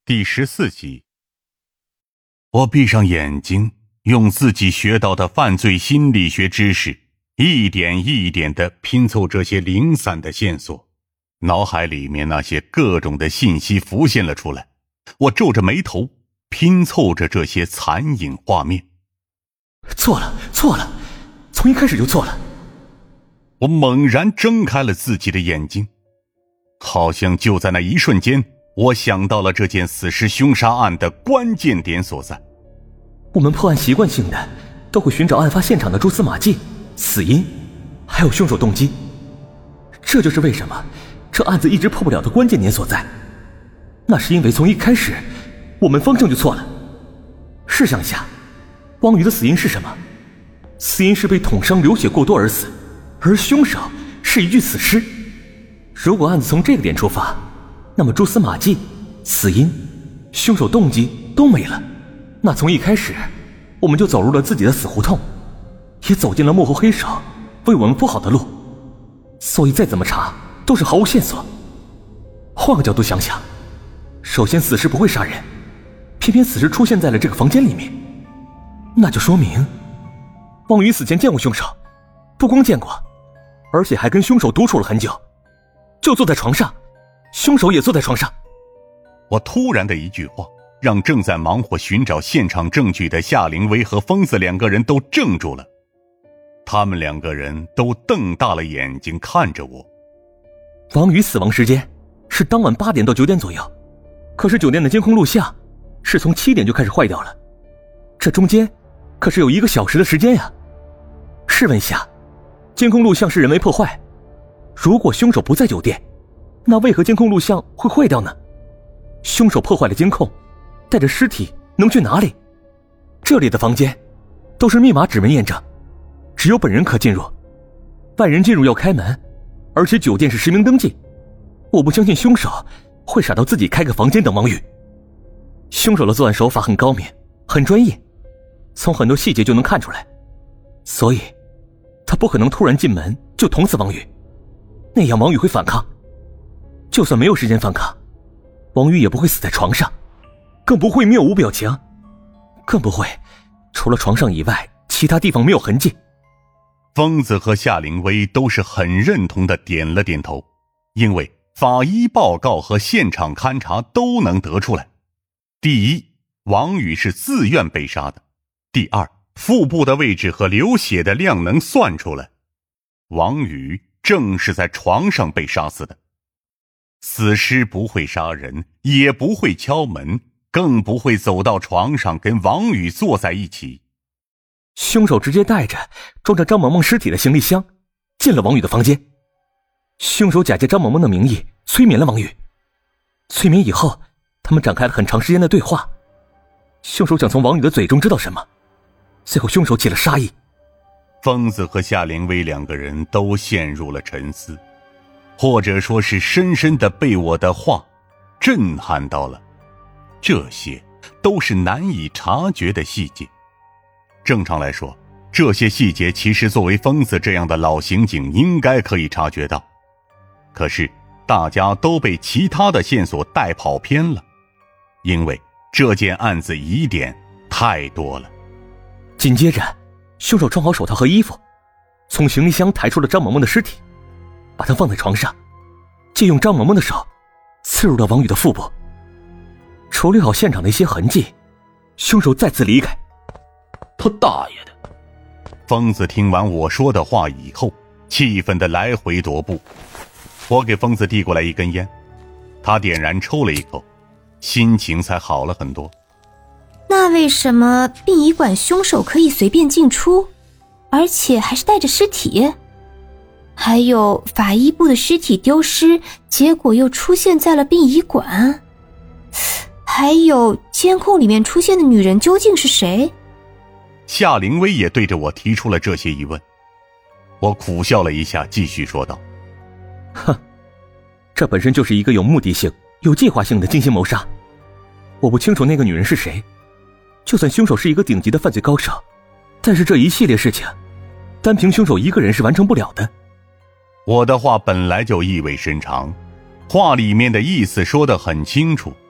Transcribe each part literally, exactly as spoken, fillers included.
第十四集。我闭上眼睛，用自己学到的犯罪心理学知识，一点一点地拼凑这些零散的线索。脑海里面那些各种的信息浮现了出来，我皱着眉头，拼凑着这些残影画面。 错了，错了，从一开始就错了。 我猛然睁开了自己的眼睛，好像就在那一瞬间，我想到了这件死尸凶杀案的关键点所在。 我们破案习惯性的都会寻找案发现场的蛛丝马迹、死因，还有凶手动机。这就是为什么这案子一直破不了的关键点所在。那是因为从一开始我们方向就错了。试想一下，汪宇的死因是什么？死因是被捅伤流血过多而死，而凶手是一具死尸。如果案子从这个点出发，那么蛛丝马迹、死因、凶手动机都没了。那从一开始我们就走入了自己的死胡同，也走进了幕后黑手为我们铺好的路，所以再怎么查都是毫无线索。换个角度想想，首先死尸不会杀人，偏偏死尸出现在了这个房间里面，那就说明汪宇死前见过凶手，不光见过，而且还跟凶手独处了很久，就坐在床上，凶手也坐在床上。 我突然的一句话让正在忙活寻找现场证据的夏灵薇和疯子两个人都怔住了，他们两个人都瞪大了眼睛看着我。 王宇死亡时间是当晚八点到九点左右，可是酒店的监控录像是从七点就开始坏掉了，这中间可是有一个小时的时间呀。试问下，监控录像是人为破坏，如果凶手不在酒店，那为何监控录像会坏掉呢？凶手破坏了监控，带着尸体能去哪里？这里的房间都是密码指纹验证，只有本人可进入，外人进入要开门，而且酒店是实名登记。我不相信凶手会傻到自己开个房间等王宇。凶手的作案手法很高明，很专业，从很多细节就能看出来，所以他不可能突然进门就捅死王宇，那样王宇会反抗。就算没有时间反抗，王宇也不会死在床上，更不会面无表情，更不会除了床上以外其他地方没有痕迹。 疯子和夏灵薇都是很认同的点了点头，因为法医报告和现场勘查都能得出来。第一，王宇是自愿被杀的；第二，腹部的位置和流血的量能算出来，王宇正是在床上被杀死的。死尸不会杀人，也不会敲门，更不会走到床上跟王宇坐在一起。 凶手直接带着装着张萌萌尸体的行李箱进了王宇的房间，凶手假借张萌萌的名义催眠了王宇，催眠以后他们展开了很长时间的对话。凶手想从王宇的嘴中知道什么，最后凶手起了杀意。 疯子和夏灵薇两个人都陷入了沉思，或者说是深深地被我的话震撼到了。这些都是难以察觉的细节。正常来说，这些细节其实作为疯子这样的老刑警应该可以察觉到，可是大家都被其他的线索带跑偏了，因为这件案子疑点太多了。 紧接着，凶手穿好手套和衣服，从行李箱抬出了张萌萌的尸体，把她放在床上，借用张萌萌的手刺入了王宇的腹部。处理好现场的一些痕迹，凶手再次离开。 他大爷的！ 疯子听完我说的话以后，气愤地来回踱步。我给疯子递过来一根烟，他点燃抽了一口，心情才好了很多。 那为什么殡仪馆凶手可以随便进出，而且还是带着尸体？还有法医部的尸体丢失，结果又出现在了殡仪馆？还有监控里面出现的女人究竟是谁？ 夏灵薇也对着我提出了这些疑问。我苦笑了一下，继续说道： 哼，这本身就是一个有目的性、有计划性的精心谋杀。我不清楚那个女人是谁，就算凶手是一个顶级的犯罪高手，但是这一系列事情单凭凶手一个人是完成不了的。 我的话本来就意味深长，话里面的意思说得很清楚，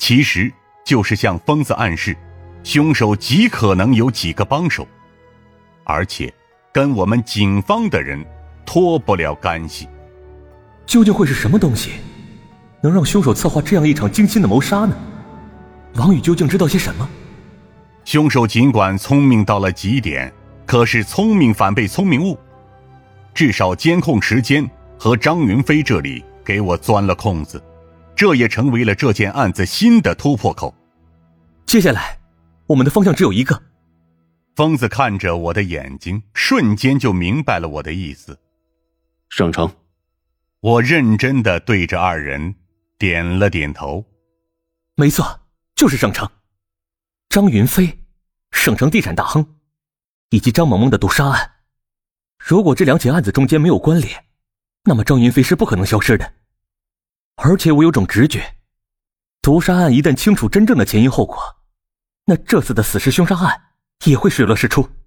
其实就是向疯子暗示，凶手极可能有几个帮手，而且跟我们警方的人脱不了干系。 究竟会是什么东西，能让凶手策划这样一场精心的谋杀呢？王宇究竟知道些什么？ 凶手尽管聪明到了极点，可是聪明反被聪明误。至少监控时间和张云飞这里给我钻了空子，这也成为了这件案子新的突破口。 接下来我们的方向只有一个。 疯子看着我的眼睛，瞬间就明白了我的意思。 省城。 我认真地对着二人点了点头。 没错，就是省城。张云飞，省城地产大亨，以及张萌萌的毒杀案。如果这两起案子中间没有关联，那么张云飞是不可能消失的。而且我有种直觉，毒杀案一旦清楚真正的前因后果，那这次的死尸凶杀案也会水落石出。